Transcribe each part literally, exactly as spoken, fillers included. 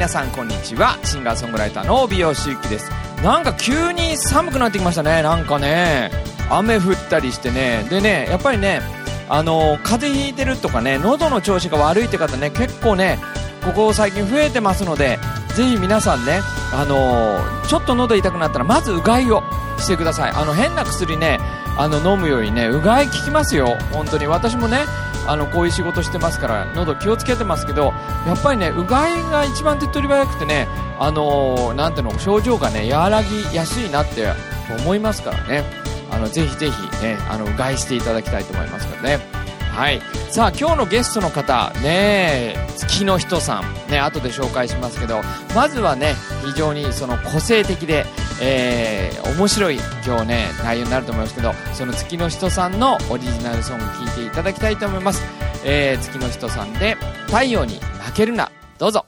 皆さんこんにちは。シンガーソングライターの帯吉幸です。なんか急に寒くなってきましたね。なんかね雨降ったりしてね。でねやっぱりねあの風邪ひいてるとかね喉の調子が悪いって方ね結構ねここ最近増えてますので、ぜひ皆さんねあのちょっと喉痛くなったらまずうがいをしてください。あの変な薬ねあの飲むよりねうがい効きますよ。本当に私もねあのこういう仕事してますから喉気をつけてますけど、やっぱりねうがいが一番手っ取り早くてねあのー、なんていうの症状がね和らぎやすいなって思いますからね、あのぜひぜひねあのうがいしていただきたいと思いますからね。はい、さあ今日のゲストの方ね月の人さんね後で紹介しますけど、まずはね非常にその個性的で、えー、面白い今日ね内容になると思いますけど、その月の人さんのオリジナルソング聴いていただきたいと思います。えー、月の人さんで太陽に負けるな、どうぞ。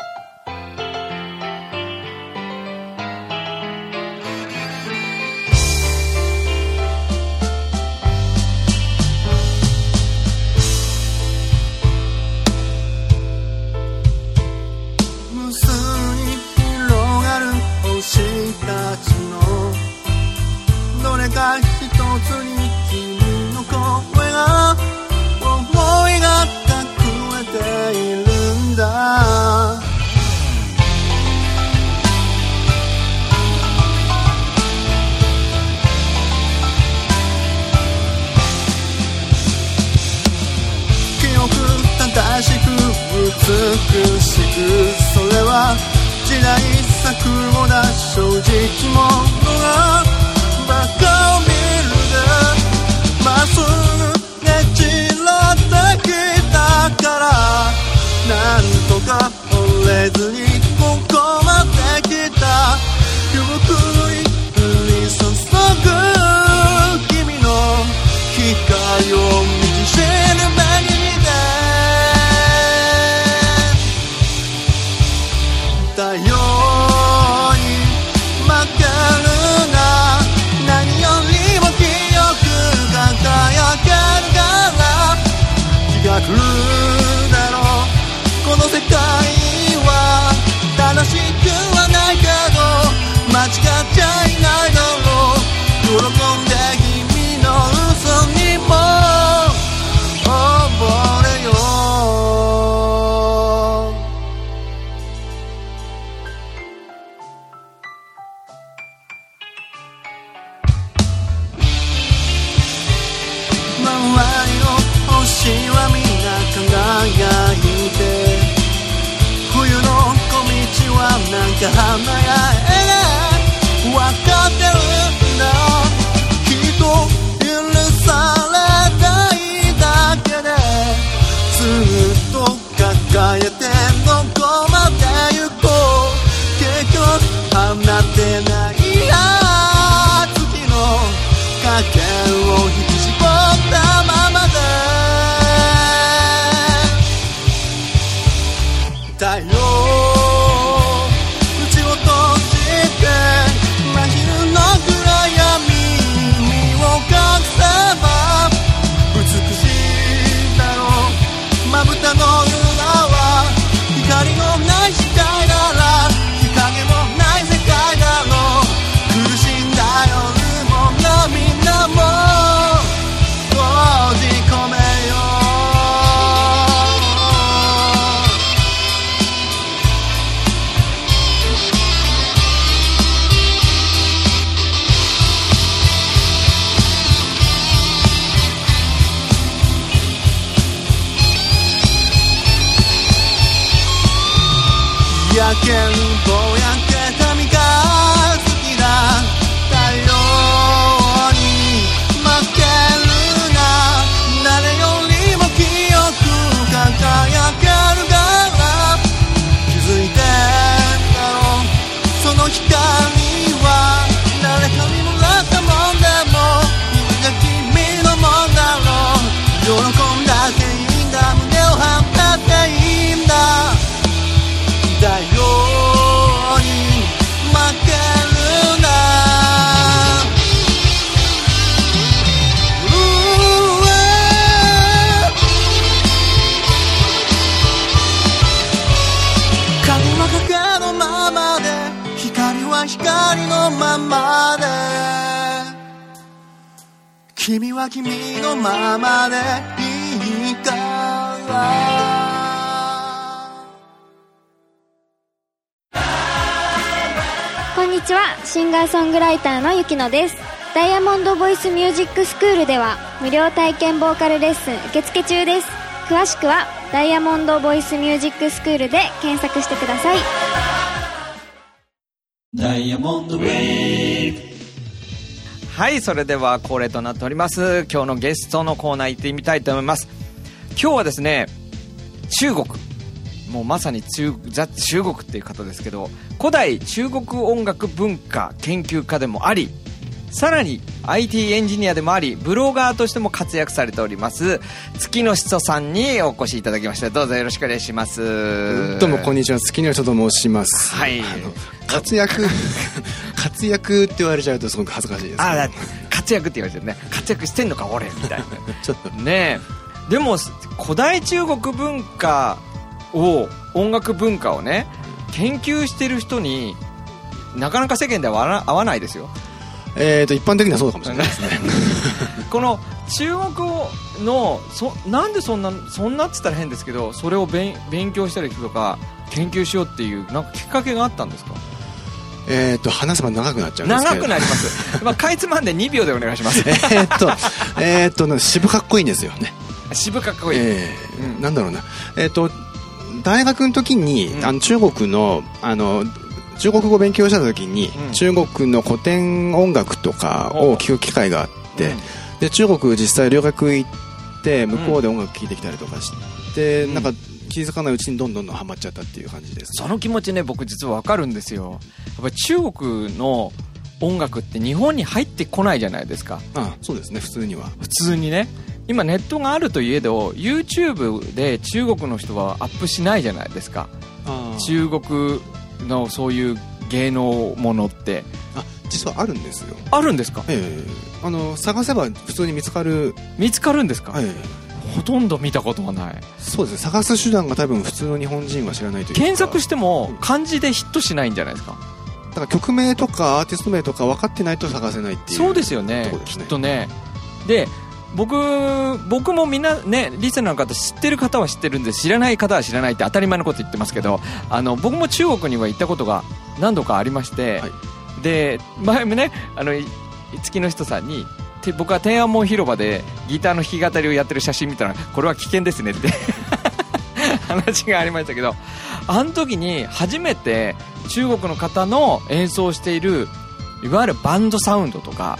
一つに君の声が思いが隠れているんだ。記憶正しく美しく、それは時代錯誤な正直者がバカを見るでまっすぐねじらってきたから、なんとか折れずにここまで来た。ゆっくり降り注ぐ君の光を見知る目に見て、太陽に負けるな、何よりも清く輝けるから気が来るだろう。この世界は正しくはないけど間違っちゃいないだろう。喜んで君の嘘にも溺れよう。周りの星はみんな輝いて、冬の小道はなんか華やえで分かってるんだ。きっと許されたいだけでずっと抱えてどこまで行こう。結局放ってないや月の影を引き絞ったままで、太陽打ち落として真昼の暗闇身を隠せば美しいだろう。まぶたの裏は光のない視界なら日陰もない世界だろう。苦しんだ夜も涙も閉じ込めよう。やけんぼやけたみが好きだ。太陽に負けるな、誰よりも清く輝けるから気づいてだろう。その光は誰かにもらったもんでも君が君のもんだろう。喜んだっていいんだ、胸を張ったっていいんだ。太陽君は君のままでいいからこんにちは、シンガーソングライターのゆきのです。ダイヤモンドボイスミュージックスクールでは無料体験ボーカルレッスン受付中です。詳しくはダイヤモンドボイスミュージックスクールで検索してください。 ダイヤモンドウェーブ。 はい、それでは恒例となっております今日のゲストのコーナー行ってみたいと思います。今日はですね、中国、もうまさに中ザ中国っていう方ですけど、古代中国音楽文化研究家でもあり、さらに アイティー エンジニアでもあり、ブロガーとしても活躍されております月野しそさんにお越しいただきました。どうぞよろしくお願いします。 どうもこんにちは、月野しそと申します。 はい、 あの活躍活躍って言われちゃうとすごく恥ずかしいです、ね、 あ、活躍って言われてるね。活躍してんのか俺みたいなちょっとねえ。でも古代中国文化を音楽文化をね研究してる人になかなか世間では合わないですよ。 えーと一般的にはそうかもしれないですねこの中国語のそなんでそんなそんなって言ったら変ですけど、それを勉勉強したりとか研究しようっていうなんかきっかけがあったんですか？ えーと話せば長くなっちゃうんですけど、 長くなりますまあかいつまんでにびょうでお願いしますえーとえーと渋かっこいいんですよね。 渋かっこいい、 えーうん、 なんだろうな、えーと大学の時に、うん、あの中国のあの中国語を勉強した時に、うん、中国の古典音楽とかを聴く機会があって、うん、で中国実際留学行って向こうで音楽聴いてきたりとかして、うん、なんか気づかないうちにどんどんどんハマっちゃったっていう感じです。 その気持ちね、僕実は分かるんですよ。やっぱり中国の音楽って日本に入ってこないじゃないですか。 ああ、そうですね、普通には普通にね。今ネットがあるといえど YouTube で中国の人はアップしないじゃないですか。あ、中国のそういう芸能ものって。 あ、実はあるんですよ。 あるんですか？ ええ、あの探せば普通に見つかる。 見つかるんですか？ ええ、 ほとんど見たことはない。 そうですね、探す手段が多分普通の日本人は知らないというか、 検索しても漢字でヒットしないんじゃないですか。 だから曲名とかアーティスト名とか分かってないと探せないっていう。 そうですよね、きっとね。で僕, 僕もみんなね、リスナーの方知ってる方は知ってるんで、知らない方は知らないって当たり前のこと言ってますけど、あの僕も中国には行ったことが何度かありまして、はい、で前もね、あの月の人さんに僕は天安門広場でギターの弾き語りをやってる写真見たら、これは危険ですねって話がありましたけど、あの時に初めて中国の方の演奏しているいわゆるバンドサウンドとか、はい、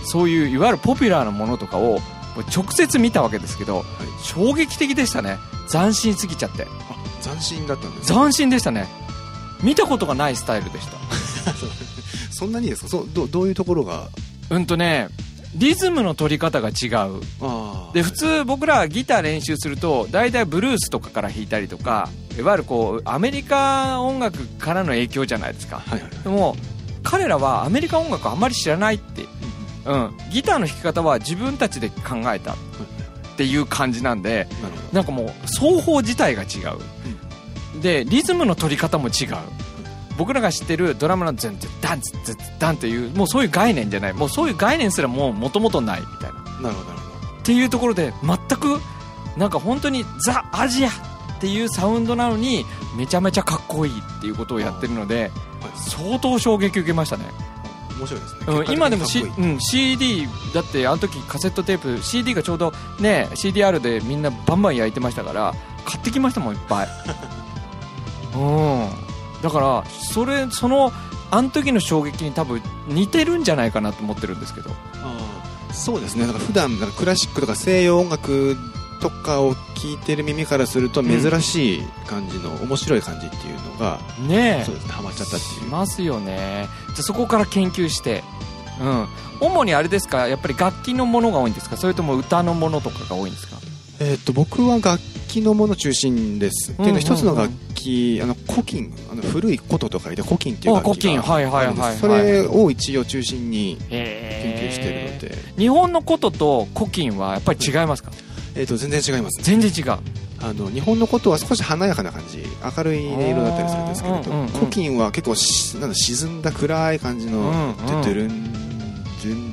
そういういわゆるポピュラーなものとかを直接見たわけですけど、はい、衝撃的でしたね。斬新すぎちゃって。 あ、斬新だったんですか？ 斬新でしたね。見たことがないスタイルでしたそんなにですか？そう、ど, どういうところが？ うんとね、リズムの取り方が違う。あで普通僕らギター練習すると大体ブルースとかから弾いたりとか、いわゆるこうアメリカ音楽からの影響じゃないですか、はいはいはい、でも彼らはアメリカ音楽あんまり知らないって、うん、ギターの弾き方は自分たちで考えたっていう感じなんで、なんかもう奏法自体が違う、うん、でリズムの取り方も違う。僕らが知ってるドラムのズンズンダンズンズンダンという、もうそういう概念じゃない、もうそういう概念すらもう元々ないみたいな。 なるほどなるほど。 っていうところで全くなんか本当にザ・アジアっていうサウンドなのにめちゃめちゃかっこいいっていうことをやってるので、相当衝撃を受けましたね。 面白いですね、 うん、今でも、C うん、シーディー だって、あの時カセットテープ シーディー がちょうどね シーディーアール でみんなバンバン焼いてましたから買ってきましたもん、いっぱいうんだからそれそのあの時の衝撃に多分似てるんじゃないかなと思ってるんですけど。 あ、そうですね。だから普段なんかクラシックとか西洋音楽とかを聴いてる耳からすると珍しい感じの、うん、面白い感じっていうのがね、 そうですね、ハマっちゃったっていう。 しますよね。じゃそこから研究して、うん、主にあれですか、やっぱり楽器のものが多いんですか、それとも歌のものとかが多いんですか？ えー、と僕は楽器のもの中心です、うんうんうん、っていうのは一つの楽器、あの古琴、あの古い琴と書いて古琴っていう楽器があるんです。それを一応中心に研究しているので。 日本の琴と古琴はやっぱり違いますか？ えー、と全然違います、ね、 全然違う。 あの日本の琴は少し華やかな感じ、明るい音色だったりするんですけれど、うんうんうん、古琴は結構しなんだ沈んだ暗い感じの、うんうん、ドゥドゥルンドゥンドゥン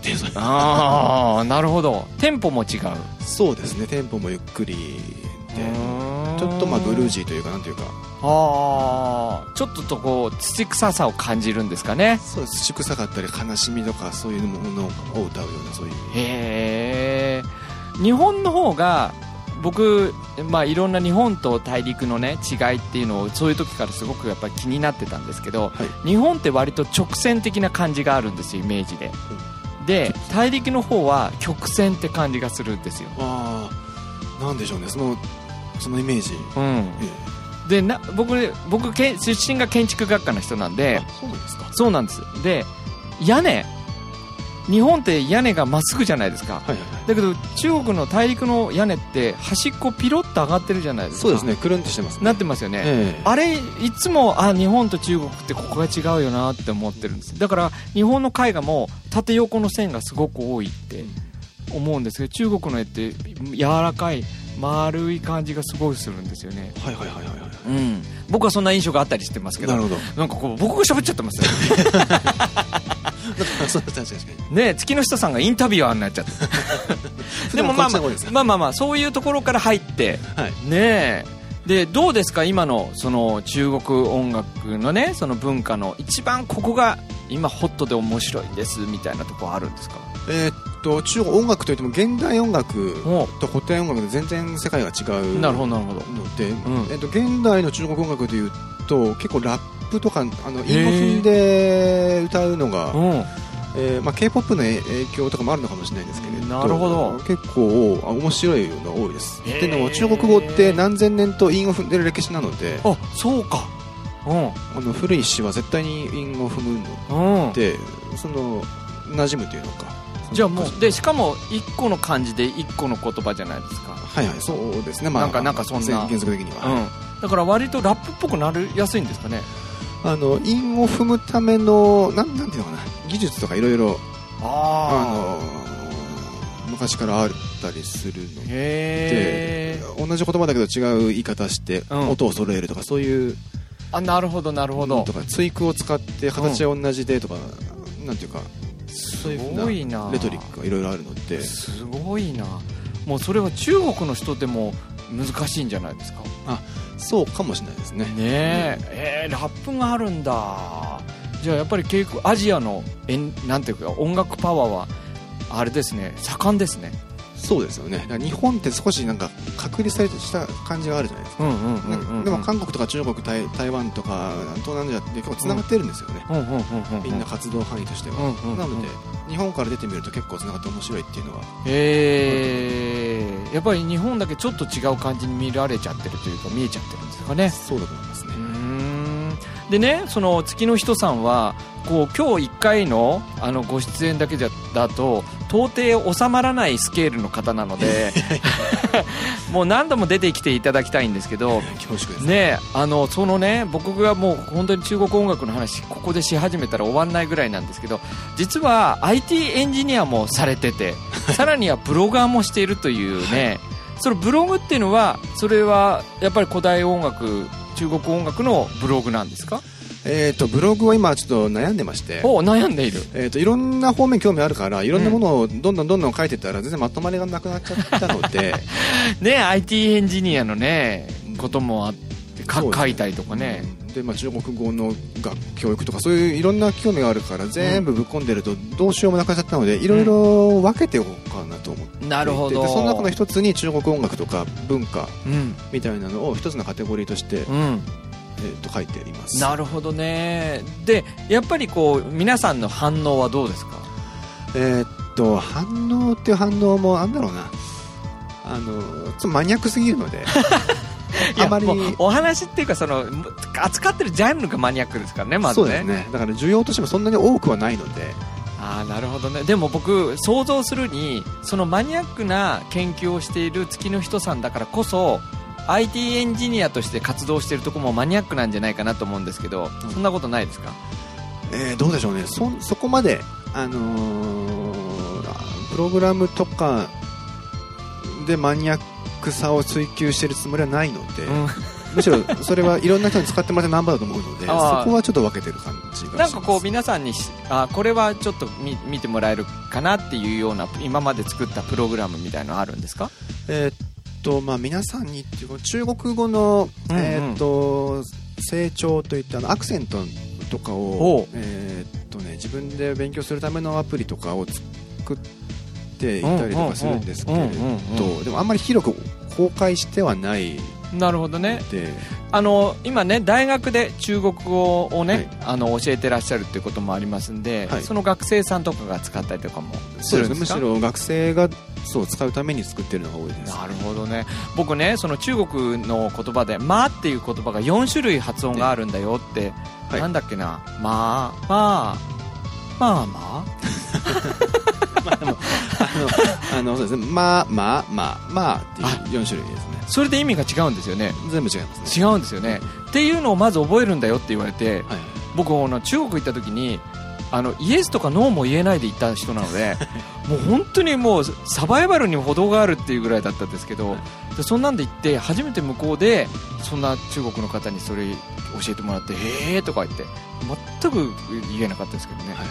っていう。 ああ、なるほど。テンポも違う。 そうですね、テンポもゆっくりで、ちょっとまあブルージーというか、なんていうか、 ああ、ちょっととこう土臭さを感じるんですかね。 そうです、土臭かったり悲しみとかそういうものを歌うような、そういう。 へえ。日本の方が僕、まあ、いろんな日本と大陸のね違いっていうのをそういう時からすごくやっぱり気になってたんですけど、はい、日本って割と直線的な感じがあるんですよ、イメージで、うん、で大陸の方は曲線って感じがするんですよ。 ああ、なんでしょうね、そのそのイメージ、 うん、ええ、でな僕僕け出身が建築学科の人なんで。 あ、そうなんですか。 そうなんです。で屋根、日本って屋根がまっすぐじゃないですか、はいはいはい、だけど中国の大陸の屋根って端っこピロッと上がってるじゃないですか。 そうですね、くるんとしてますね。 なってますよね、えー、あれいつもあ日本と中国ってここが違うよなって思ってるんです。だから日本の絵画も縦横の線がすごく多いって思うんですけど、中国の絵って柔らかい丸い感じがすごいするんですよね。 はいはいはいはい、はい、 うん、僕はそんな印象があったりしてますけど。 なるほど。 なんかこう僕が喋っちゃってますよそう確かにね、月の下さんがインタビュアーになっちゃってでもまあまあまあまあまあそういうところから入って、はい、ねでどうですか今のその中国音楽のねその文化の一番ここが今ホットで面白いんですみたいなところあるんですか？ えー、っと中国音楽といっても現代音楽と古典音楽で全然世界が違うので、 なるほどなるほど、 うん、えー、っと現代の中国音楽でいうと結構ラップとかあの韻を踏んで歌うのが、うんえーまあ、K-ポップ の影響とかもあるのかもしれないですけれど、 なるほど、 結構面白いのが多いです。でも中国語って何千年と韻を踏んでる歴史なので、 あ、そうか、うん、 あの古い詩は絶対に韻を踏むので、うん、その馴染むというのか。 じゃあもうでしかもいっこの漢字でいっこの言葉じゃないですか。 はいはい、そうですね、まあ、 なんかなんかそんな原則的には、 うん、だから割とラップっぽくなりやすいんですかね。 あの韻を踏むためのなんなんていうのかな、技術とかいろいろ昔からあったりするので、同じ言葉だけど違う言い方して、うん、音を揃えるとかそういう、 あ、なるほどなるほど、 とか対句を使って形は同じでとか、うん、なんていうかそういうふうなレトリックがいろいろあるので、 すごいな。もうそれは中国の人でも難しいんじゃないですか。 あ、そうかもしれないですね。 ねえ、うん、えー、ラップがあるんだ。じゃあやっぱり結構アジアのえんなんていうか音楽パワーはあれですね、盛んですね。 そうですよね。日本って少しなんか隔離されした感じがあるじゃないですか。でも韓国とか中国、台, 台湾とか東南アジアって結構つながってるんですよね、みんな活動範囲としては、うんうんうんうん、なので日本から出てみると結構つながって面白いっていうのは、 へー、やっぱり日本だけちょっと違う感じに見られちゃってるというか見えちゃってるんですかね。 そうだと思いますね。 うーんでね、その月の人さんはこう今日いっかい の, あのご出演だけだと到底収まらないスケールの方なのでもう何度も出てきていただきたいんですけど、 恐縮ですね。あのそのね、僕がもう本当に中国音楽の話ここでし始めたら終わんないぐらいなんですけど、実は アイティー エンジニアもされててさらにはブロガーもしているというねそのブログっていうのはそれはやっぱり古代音楽中国音楽のブログなんですか？ えー、とブログは今ちょっと悩んでまして、 お悩んでいる、 えー、といろんな方面興味あるからいろんなものをどんどんどんどん書いていったら全然まとまりがなくなっちゃったのでね、 アイティー エンジニアのねこともあってか書いたりとかね、 で、まあ、中国語の学教育とかそういういろんな興味があるから全部ぶっ込んでるとどうしようもなくなっちゃったのでいろいろ分けておこうかなと思っていて、 なるほど。 でその中の一つに中国音楽とか文化みたいなのを一つのカテゴリーとして、うんえー、と書いています。 なるほどね。でやっぱりこう皆さんの反応はどうですか？ えー、っと反応っていう反応もなんだろうな、あのちょっとマニアックすぎるのであまりお話っていうかその扱ってるジャンルがマニアックですからね、まずね。 そうですね。だから需要としてもそんなに多くはないので。 あ、なるほどね。でも僕想像するにそのマニアックな研究をしている月の人さんだからこそアイティー エンジニアとして活動しているところもマニアックなんじゃないかなと思うんですけど、うん、そんなことないですか？ えー、どうでしょうね。 そ, そこまで、あのー、プログラムとかでマニアックさを追求しているつもりはないので、うんむしろそれはいろんな人に使ってもらってナンバーだと思うので、そこはちょっと分けてる感じがします。 なんかこう皆さんにあこれはちょっと 見, 見てもらえるかなっていうような今まで作ったプログラムみたいなのあるんですか？ えーっとまあ、皆さんにっていう中国語の、うんうん、えーっと成長といったあのアクセントとかを、えーっとね、自分で勉強するためのアプリとかを作っていたりとかするんですけれど、でもあんまり広く公開してはない。 なるほどね。あの今ね大学で中国語をね、はい、あの教えてらっしゃるっていうこともありますんで、はい、その学生さんとかが使ったりとかもするんですか？そうですね、むしろ学生がそう使うために作ってるのが多いです。 なるほどね。僕ねその中国の言葉でまっていう言葉がよん種類発音があるんだよって、はい、なんだっけな、まあまあまあまあまあでもあのあのそうですね、まあまあまあまあっていうよん種類ですね。 それで意味が違うんですよね。 全部違いますね。 違うんですよね、うん、っていうのをまず覚えるんだよって言われて、はい、僕の中国行った時にあのイエスとかノーも言えないで行った人なのでもう本当にもうサバイバルに程があるっていうぐらいだったんですけど、はい、でそんなんで行って初めて向こうでそんな中国の方にそれ教えてもらってへーとか言って全く言えなかったですけどね、はい、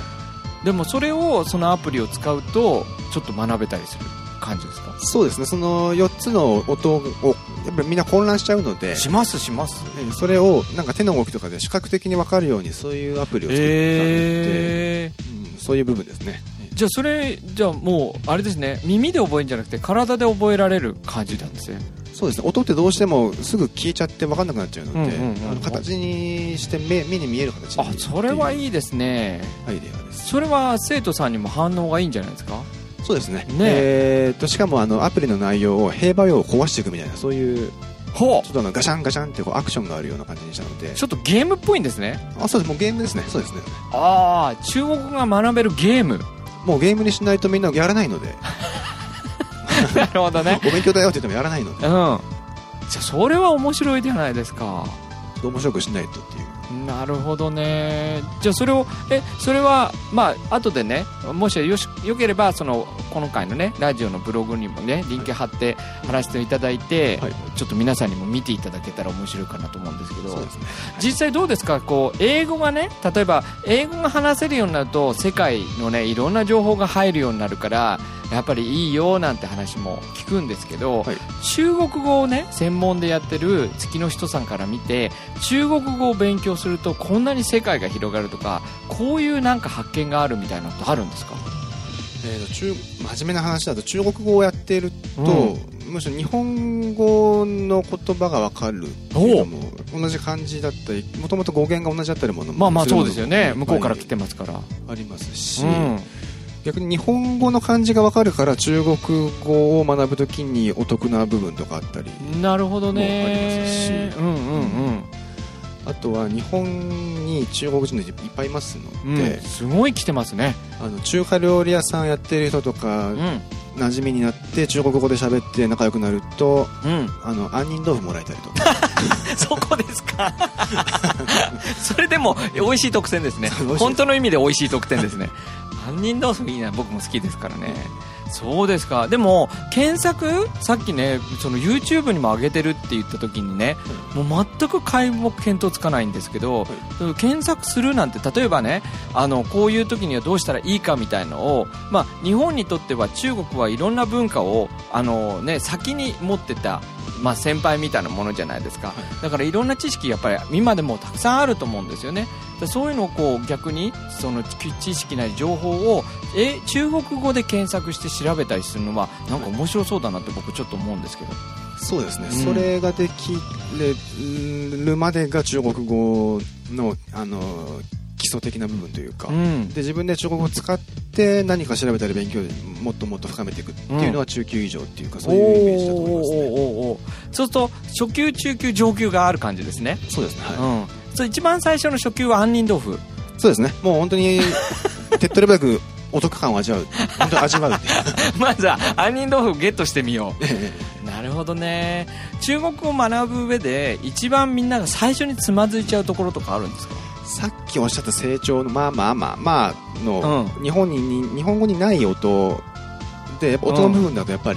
でもそれをそのアプリを使うとちょっと学べたりする感じですか？ そうですね、そのよっつの音をやっぱりみんな混乱しちゃうのでしますしますそれをなんか手の動きとかで視覚的に分かるようにそういうアプリを作ったので、えーうん、そういう部分ですね。 じゃあそれじゃあもうあれですね、耳で覚えるんじゃなくて体で覚えられる感じなんですね。 そうですね、音ってどうしてもすぐ消えちゃって分かんなくなっちゃうので、うんうんうんうん、あの形にして 目, 目に見える形に。 あ、それはいいですね。 アイデアです。 それは生徒さんにも反応がいいんじゃないですか？ そうですね、ねえー、としかもあのアプリの内容を兵馬俑を壊していくみたいなそういうほうちょっとあのガシャンガシャンってこうアクションがあるような感じにしたのでちょっとゲームっぽいんですね。 あ、そうです、もうゲームですね。そうですね。 ああ、中国語が学べるゲーム。 もうゲームにしないとみんなやらないのでなるほどね。 お勉強だよって言ってもやらないので、うん、 じゃあそれは面白いじゃないですか。 面白くしないとっていう。 なるほどね。じゃあそれをえそれはまあ後でね、もしよしよければそのこの回のねラジオのブログにもねリンク貼って貼らせていただいて、はい、ちょっと皆さんにも見ていただけたら面白いかなと思うんですけど、そうですね、実際どうですか、こう英語がね、例えば英語が話せるようになると世界のねいろんな情報が入るようになるからやっぱりいいよなんて話も聞くんですけど、はい、中国語をね専門でやってる月の人さんから見て中国語を勉強するとこんなに世界が広がるとかこういうなんか発見があるみたいなのってあるんですか？ えー、と中真面目な話だと中国語をやっていると、うん、むしろ日本語の言葉が分かるっていうのも同じ漢字だったりもともと語源が同じだったりものもまあまあそうですよね、向こうから来てますからありますし、うん、逆に日本語の漢字が分かるから中国語を学ぶときにお得な部分とかあったりなるほどねもありますし、 うんうんうん、 あとは日本に中国人の人いっぱいいますので、うん、 すごい来てますね。 あの中華料理屋さんやってる人とか、うん、馴染みになって中国語で喋って仲良くなると、うん、あの杏仁豆腐もらえたりとかそこですかそれでも美味しい特典ですね。本当の意味で美味しい特典ですね杏仁豆腐いいな、僕も好きですからね。そうですか。でも検索さっきねその YouTube にも上げてるって言った時にね、もう全く解目見当つかないんですけど、検索するなんて例えばねあのこういう時にはどうしたらいいかみたいのを、まあ、日本にとっては中国はいろんな文化をあの、ね、先に持ってた、まあ、先輩みたいなものじゃないですか。だからいろんな知識やっぱり今でもたくさんあると思うんですよね。そういうのをこう逆にその知識なり情報をえ中国語で検索して調べたりするのはなんか面白そうだなって僕ちょっと思うんですけど。 そうですね、うん、それができるまでが中国語の、あの基礎的な部分というか、うん、で自分で中国語を使って何か調べたり勉強もっともっと深めていくっていうのは中級以上っていうか、そういうイメージだと思いますね。おーおーおー、 そうすると初級中級上級がある感じですね。 そうですね、はい、 うん、それ一番最初の初級は杏仁豆腐。 そうですね、もう本当に手っ取り早くお得感を味わう本当に味わうってまずは杏仁豆腐をゲットしてみようなるほどね。中国語を学ぶ上で一番みんなが最初につまずいちゃうところとかあるんですか？ さっきおっしゃった成長のまあまあまあまあの、うん、日本に日本語にない音でやっぱ音の部分だとやっぱり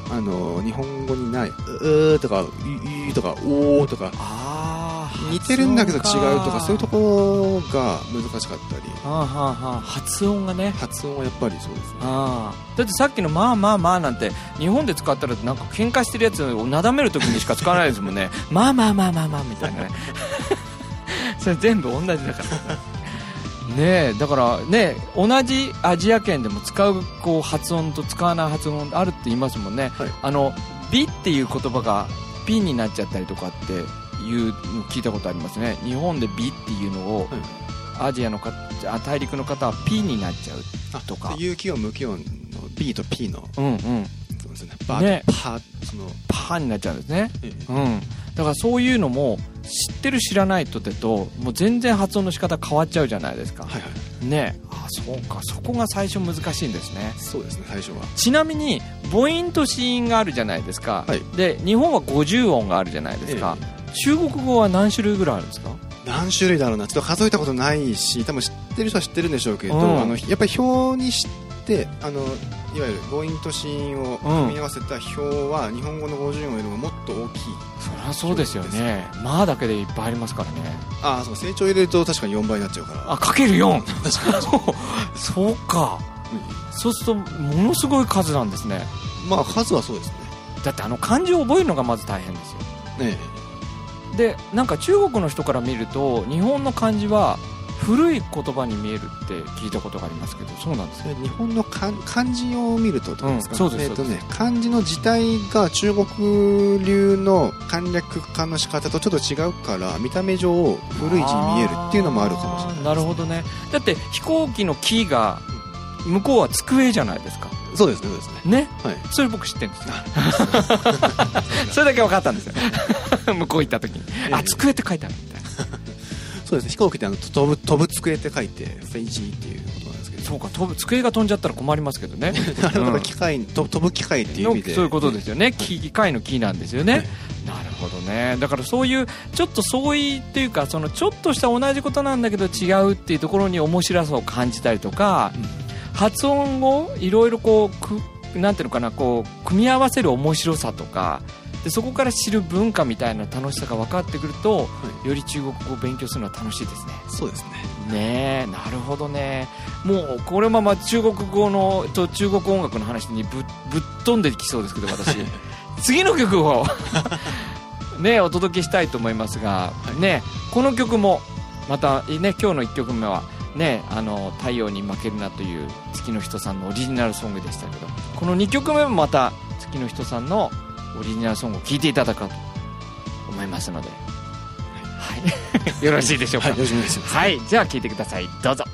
あの日本語にないうーとかいーとかおーとかあ似てるんだけど違うとかそういうところが難しかったり、 はあはあはあ、発音がね発音はやっぱりそうですね。 あだってさっきのまあまあまあなんて日本で使ったらなんか喧嘩してるやつをなだめるときにしか使わないですもんねまあまあまあまあまあみたいなねそれ全部同じだからねえだからね同じアジア圏でも使うこう発音と使わない発音あるって言いますもんね、 はい、 あの美っていう言葉がピになっちゃったりとかっていうの聞いたことありますね。日本で美っていうのを、はい、アジアのか大陸の方は P になっちゃうとか有機音無機音の B と P のうんうんそうですねバーとパーそのパーになっちゃうんですね、 ええ、 うんだからそういうのも知ってる知らないとでともう全然発音の仕方変わっちゃうじゃないですか、 はいはい、 ねあそうかそこが最初難しいんですね。 そうですね最初は。 ちなみに母音と子音があるじゃないですか、はい、で日本はごじゅう音があるじゃないですか、ええ、中国語は何種類ぐらいあるんですか？ 何種類だろうなちょっと数えたことないし多分知ってる人は知ってるんでしょうけど、うん、あのやっぱり表にしてあのいわゆる母音と子音を組み合わせた表は、うん、日本語のごじゅう音よりももっと大きい。 そりゃそうですよね。まあだけでいっぱいありますからね。 ああそう成長入れると確かによんばいになっちゃうからあかけるよん確かにそうか、うん、そうするとものすごい数なんですね。 まあ数はそうですね。 だってあの漢字を覚えるのがまず大変ですよねえでなんか中国の人から見ると日本の漢字は古い言葉に見えるって聞いたことがありますけどそうなんですね。 日本の漢字を見るとどうですか、 うん、そうです、 えーとね、漢字の字体が中国流の簡略化の仕方とちょっと違うから見た目上古い字に見えるっていうのもあるかもしれないです。 なるほどね。だって飛行機の機が向こうは机じゃないですか。 そうですねそうですね、 ね、はい、それ僕知ってるんですよそれだけ分かったんですよ向こう行った時に、えー、あ机って書いてあるみたいなそうですね飛行機ってあの飛ぶ、飛ぶ机って書いてフェイジーっていうことなんですけどそうか飛ぶ机が飛んじゃったら困りますけどねあれは機械、うん、飛ぶ機械っていう意味でそういうことですよね、機械の機なんですよね、はい、なるほどね。だからそういうちょっと相違っていうかそのちょっとした同じことなんだけど違うっていうところに面白さを感じたりとか、うん、発音をいろいろこうくなんていうのかなこう組み合わせる面白さとかでそこから知る文化みたいな楽しさが分かってくると、はい、より中国語を勉強するのは楽しいですね。 そうですね。 ねえなるほどね。もうこれまま中国語のと中国音楽の話にぶ ぶっ飛んできそうですけど私次の曲をねお届けしたいと思いますが、はい、ねこの曲もまたね今日のいっきょくめはね、あの太陽に負けるなという月の人さんのオリジナルソングでしたけどこのにきょくめもまた月の人さんのオリジナルソングを聴いていただこうと思いますので、はいはい、よろしいでしょうか。 はい、よろしくお願いします。 はい、じゃあ聴いてください。どうぞ。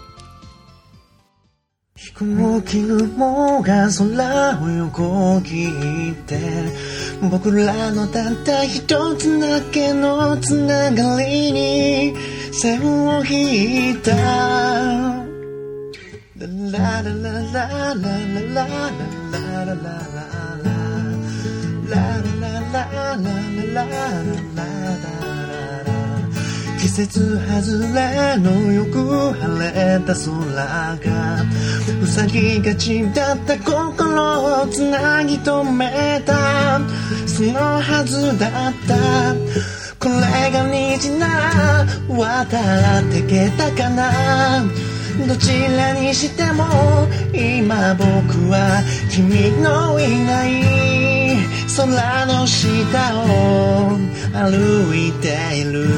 飛行機雲が空を横切って僕らのたった一つだけのつながりに線を引いたララララララララララララララララ季節外れのよく晴れた空が塞ぎがちだった心をつなぎ止めたそのはずだったこれが虹なら渡ってけたかなどちらにしても今僕は君のいない空の下を歩いている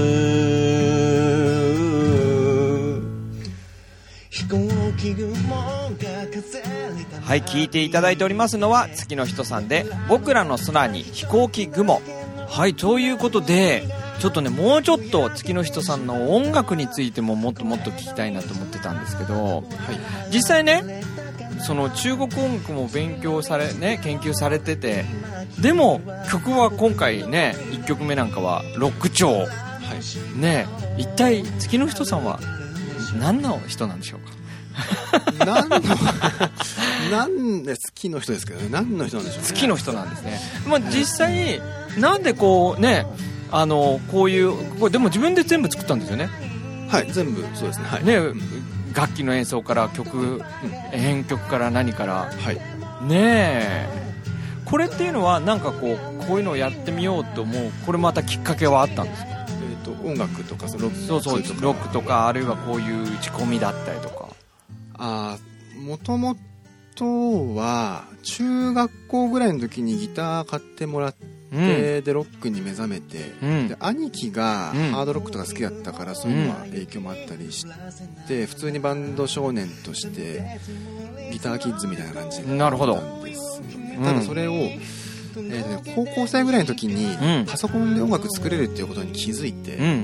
飛行機雲が風にはい聞いていただいておりますのは月の人さんで僕らの空に飛行機雲。はいということでちょっとねもうちょっと月の人さんの音楽についてももっともっと聞きたいなと思ってたんですけど、はい、実際ねその中国音楽も勉強されね研究されててでも曲は今回ねいっきょくめなんかはロック調、はい、ね一体月の人さんは何の人なんでしょうか何の何で月の人ですけどね何の人なんでしょうね。 月の人なんですね。まあ実際なんでこうねあのこういうこれでも自分で全部作ったんですよね。 はい全部そうですね。はい、 ね楽器の演奏から曲、うん、編曲から何から、 はい、 ねえこれっていうのはなんかこうこういうのをやってみようと思う、これまたきっかけはあったんですか？ えー、と音楽とかそのロックそうそうロックとか、あるいはこういう打ち込みだったりとか。 ああ、もともとは中学校ぐらいの時にギター買ってもらって、うん、でロックに目覚めて、うん、で兄貴がハードロックとか好きだったから、うん、そういうのは影響もあったりして、うん、普通にバンド少年としてギターキッズみたいな感じだったんですよね。ただそれを、えーね、高校生ぐらいの時にパソコンで音楽作れるっていうことに気づいて、うんうんうん、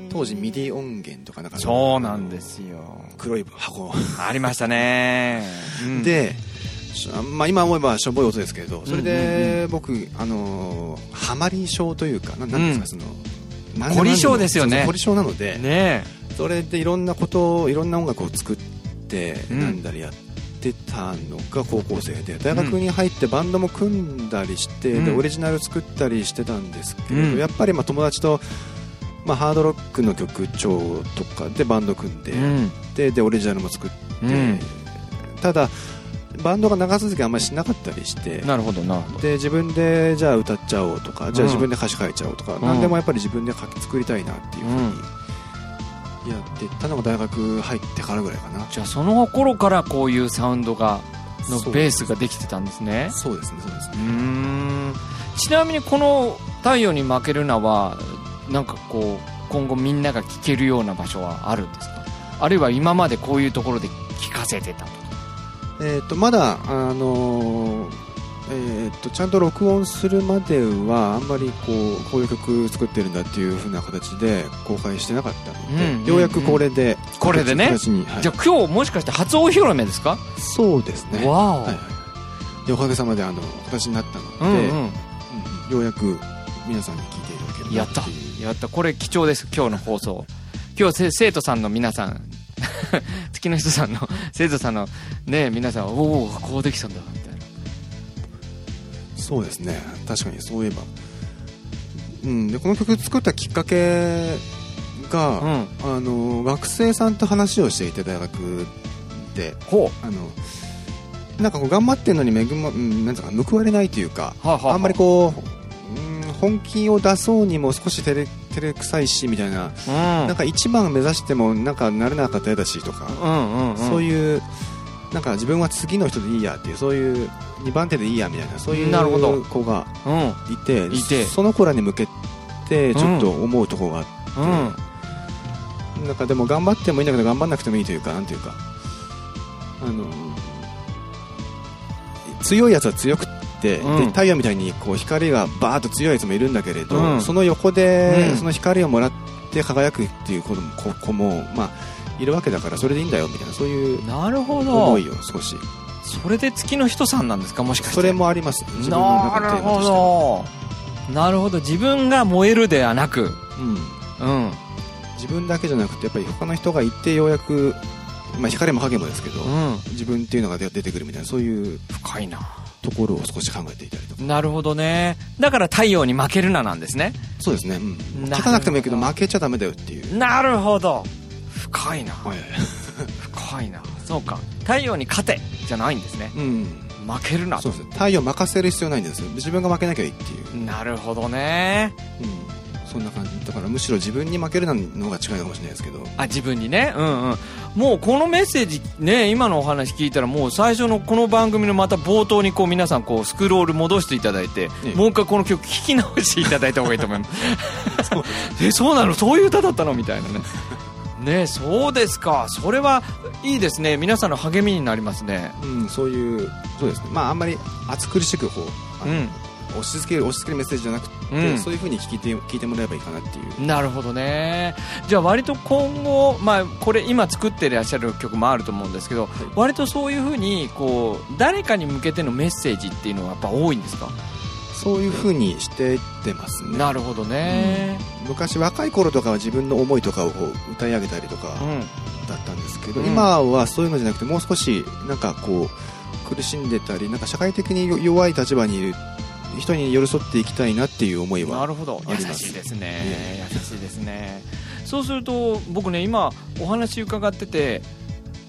当時ミディ音源とかなんかそうなんですよ、 黒い箱ありましたね、 うん、で、まあ、今思えばしょぼい音ですけど、それで僕、うんうんうん、あのー、ハマり症というかな、なんですか、その凝り性ですよね。 凝り性なので、 ね、 それでいろんなことをいろんな音楽を作ってなんだりやってたのが高校生で、大学に入ってバンドも組んだりして、うん、でオリジナル作ったりしてたんですけれど、うん、やっぱりまあ友達と、まあ、ハードロックの曲調とかでバンド組んで、うん、で, でオリジナルも作って、うん、ただバンドが長続きあんまりしなかったりして、 なるほどなるほど、 で自分でじゃあ歌っちゃおうとか、じゃあ自分で歌詞書いちゃおうとか、うん、何でもやっぱり自分で書き作りたいなっていうふうにやっていったのが大学入ってからぐらいかな。 じゃあその頃からこういうサウンドがのベースができてたんですね。 そうですね、そうですね。 うーん、ちなみにこの太陽に負けるなはなんかこう今後みんなが聴けるような場所はあるんですか？あるいは今までこういうところで聴かせてたとか。 えー、とまだ、あのーえー、とちゃんと録音するまではあんまりこうこういう曲作ってるんだっていう風な形で公開してなかったので、うんうんうん、ようやくこれでこれでね、はい、じゃあ今日もしかして初お披露目ですか？ そうですね。 わー、 はいはい、でおかげさまであの形になったので、うんうんうん、ようやく皆さんに聴いていただけるなっていう。 やったやった、これ貴重です。今日の放送、今日生徒さんの皆さん月の人さんの生徒さんのね、皆さん、おおこうできたんだみたいな。 そうですね、確かにそういえば、うん、でこの曲作ったきっかけが、うん、あの学生さんと話をしていて、大学で、 ほう、 あのなんかこう頑張ってるのに恵ま、うん、なんか報われないというか、 はあはあ、 あんまりこう、うん、本気を出そうにも少し照れ照れくさいしみたいな、うん、なんか一番目指してもなんかなれなかったら嫌だしとか、うんうんうん、そういうなんか自分は次の人でいいやっていう、そういうにばん手でいいやみたいな、そういう子がいて、うん、いてその子らに向けてちょっと思うところがあって、うん、なんかでも頑張ってもいいんだけど頑張んなくてもいいというか、なんていうか、あの強いやつは強くて、うん、で太陽みたいにこう光がバーッと強いやつもいるんだけれど、うん、その横で、うん、その光をもらって輝くっていう子も、子もまあいるわけだから、それでいいんだよみたいな、そういう思いを少し。 それで月の人さんなんですか、もしかして。 それもあります。 自分の中のテーマとしては。なるほど、自分が燃えるではなく、 うんうん、自分だけじゃなくてやっぱり他の人がいてようやく、まあ、光も影もですけど、うん、自分っていうのが出てくるみたいな、そういう深いなところを少し考えていたりとか。 なるほどね。だから太陽に負けるななんですね。 そうですね、うん、勝たなくてもいいけど負けちゃダメだよっていう。 なるほど、深いな、はい、深いな。そうか、太陽に勝てじゃないんですね、うん、負けるな。 そうです、太陽任せる必要ないんですよ、自分が負けなきゃいいっていう。 なるほどね、 うん、そんな感じだから、むしろ自分に負けるの方が近いかもしれないですけど。 あ、自分にね、うんうん。もうこのメッセージね、今のお話聞いたら、もう最初のこの番組のまた冒頭にこう皆さんこうスクロール戻していただいて、ええ、もう一回この曲聴き直していただいた方がいいと思いますそうえ、そうなの、そういう歌だったのみたいなねね、そうですか。それはいいですね。皆さんの励みになりますね。 うん、そういう、そうですね。まああんまり暑苦しくこう、うん、押し付ける押し付けるメッセージじゃなくて、うん、そういう風に聞いて聞いてもらえばいいかなっていう。 なるほどね。じゃあ割と今後、まあこれ今作っていらっしゃる曲もあると思うんですけど、はい、割とそういう風にこう誰かに向けてのメッセージっていうのはやっぱ多いんですか？ そういう風にしていってますね。 なるほどね、 うん、昔若い頃とかは自分の思いとかを歌い上げたりとかだったんですけど、うん、今はそういうのじゃなくて、もう少しなんかこう苦しんでたり、なんか社会的に弱い立場にいる人に寄り添っていきたいなっていう思いはあります。 なるほど、優しいですね、優しいですね。そうすると僕ね、今お話伺ってて、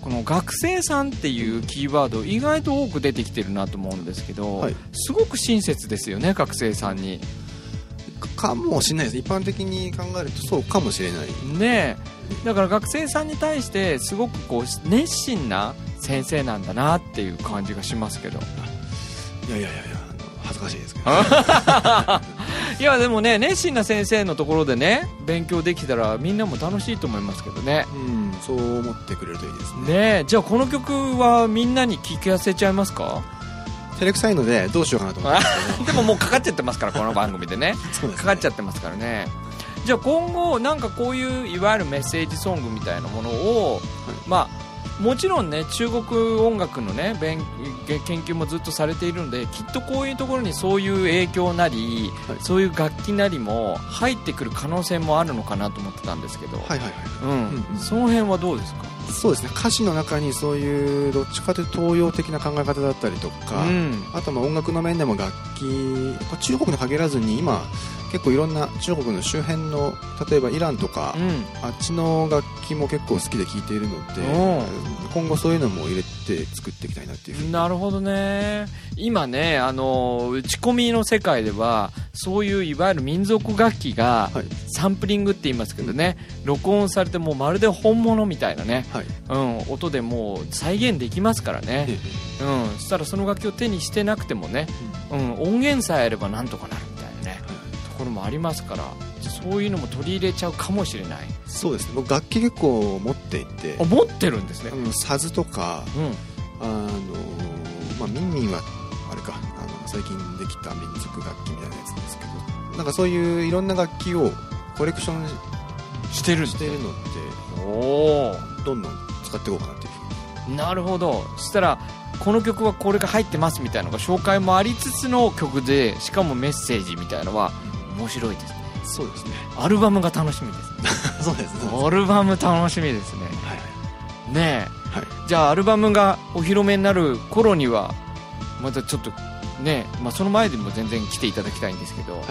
この学生さんっていうキーワード意外と多く出てきてるなと思うんですけど、はい、すごく親切ですよね、学生さんに。 かもしれないです。一般的に考えるとそうかもしれないね。だから学生さんに対してすごくこう熱心な先生なんだなっていう感じがしますけど。 いやいやいやいや、恥ずかしいですけどいやでもね、熱心な先生のところでね勉強できたらみんなも楽しいと思いますけどね。 うん、そう思ってくれるといいですね。 ね、じゃあこの曲はみんなに聴かせちゃいますか？ 照れくさいのでどうしようかなと思ってでももうかかっちゃってますから、この番組でねそうですね、 かかっちゃってますからね。じゃあ今後なんかこういういわゆるメッセージソングみたいなものを、はい、まあもちろんね中国音楽のね勉研究もずっとされているので、きっとこういうところにそういう影響なり、はい、そういう楽器なりも入ってくる可能性もあるのかなと思ってたんですけど、 はいはいはい、 うんうんうん、その辺はどうですか？ そうですね、歌詞の中にそういうどっちかというと東洋的な考え方だったりとか、うん、あとまあ音楽の面でも楽器、中国に限らずに今結構いろんな中国の周辺の例えばイランとか、うん、あっちの楽器も結構好きで聴いているので、今後そういうのも入れて作っていきたいなっていうふうに。 なるほどね。今ね、あの打ち込みの世界ではそういういわゆる民族楽器が、はい、サンプリングって言いますけどね、うん、録音されてもうまるで本物みたいなね、はい、うん、音でもう再現できますからね、うん、そしたらその楽器を手にしてなくてもね、うん、音源さえあればなんとかなるみたいなね、はい、ところもありますから、そういうのも取り入れちゃうかもしれない。 そうですね、僕楽器結構持っていて。 あ、持ってるんですね。 うん、サズとか、うん、あのまあ、ミンミンはあれか、あの最近できた民族楽器みたいなやつですけど、なんかそういういろんな楽器をコレクションしてるしてるので、 おどんどん使っていこうかなっていうふうに。 なるほど。そしたらこの曲はこれが入ってますみたいなのが紹介もありつつの曲で、しかもメッセージみたいなのは面白いですね。 そうですね、 アルバムが楽しみですねそうですね、 アルバム楽しみですね、 はい、 ねえ、 はい、 じゃあアルバムがお披露目になる頃にはまたちょっとね、まあ、その前でも全然来ていただきたいんですけど、はい、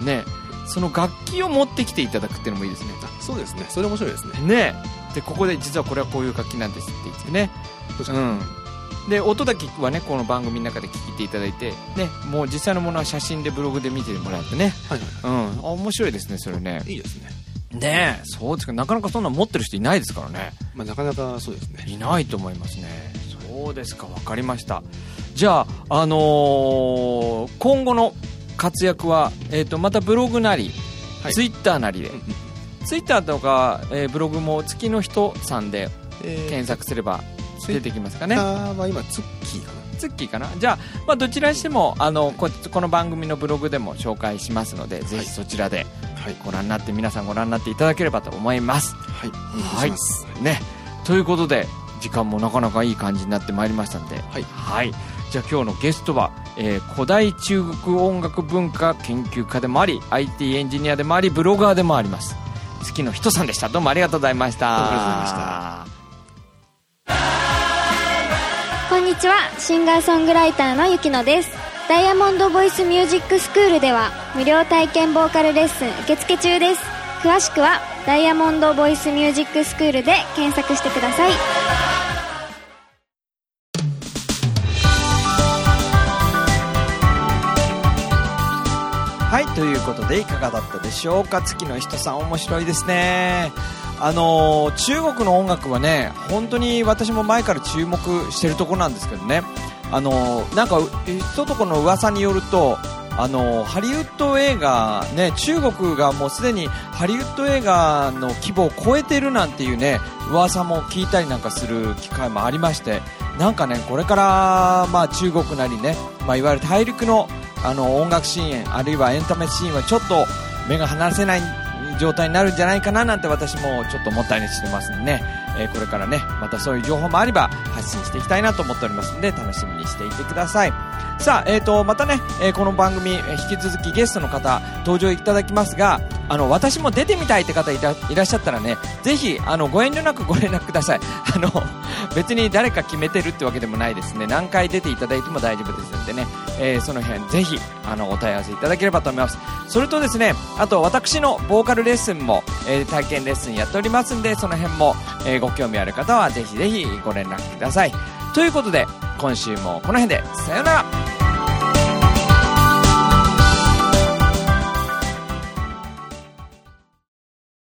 ね、その楽器を持ってきていただくっていうのもいいですね。 あ、そうですね、それ面白いですね。 ねで、ここで実はこれはこういう楽器なんですって言ってね、うん、で音だけはねこの番組の中で聞いていただいて、ね、もう実際のものは写真でブログで見てもらってね、はいはいはい、うん、面白いですね、それね。 いいですね。 ねえ、そうですか。なかなかそんな持ってる人いないですからね。 まあ、なかなかそうですね、 いないと思いますね。そうですか、分かりました。じゃあ、あのー、今後の活躍は、えー、とまたブログなり、はい、ツイッターなりで、ツイッターとか、えー、ブログも月の人さんで検索すれば出てきますかね。 ツイッターは今ツッキーかなツッキーかな。じゃあ、まあ、どちらにしてもあの こ, この番組のブログでも紹介しますので、はい、ぜひそちらでご覧になって、皆さんご覧になっていただければと思います。 はい、お願いします、 はい、ね、ということで時間もなかなかいい感じになってまいりましたので、はい、はい、じゃあ今日のゲストは、えー、古代中国音楽文化研究家でもあり アイティー エンジニアでもありブロガーでもあります月野人さんでした。どうもありがとうございました。 ありがとうございました。 こんにちは、シンガーソングライターのゆきのです。ダイヤモンドボイスミュージックスクールでは無料体験ボーカルレッスン受付中です。詳しくはダイヤモンドボイスミュージックスクールで検索してください。 はい、ということでいかがだったでしょうか。月野人さん面白いですね。あのー、中国の音楽はね本当に私も前から注目してるところなんですけどね、あのー、なんか一とこの噂によると、あのー、ハリウッド映画、ね、中国がもうすでにハリウッド映画の規模を超えているなんていうね噂も聞いたりなんかする機会もありまして、なんかねこれから、まあ、中国なりね、まあ、いわゆる大陸のあの音楽シーンあるいはエンタメシーンはちょっと目が離せない状態になるんじゃないかななんて私もちょっと思ったりしてますんでね、えー、これからねまたそういう情報もあれば発信していきたいなと思っておりますので楽しみにしていてください。さあ、えーとまたね、えー、この番組、えー、引き続きゲストの方登場いただきますが、あの私も出てみたいって方い ら, いらっしゃったらねぜひあのご遠慮なくご連絡ください。あの別に誰か決めてるってわけでもないですね。何回出ていただいても大丈夫ですのでね、えー、その辺ぜひあのお問い合わせいただければと思います。それとですね、あと私のボーカルレッスンも、えー、体験レッスンやっておりますんで、その辺も、えー、ご興味ある方はぜひぜひご連絡ください。ということで今週もこの辺でさよなら。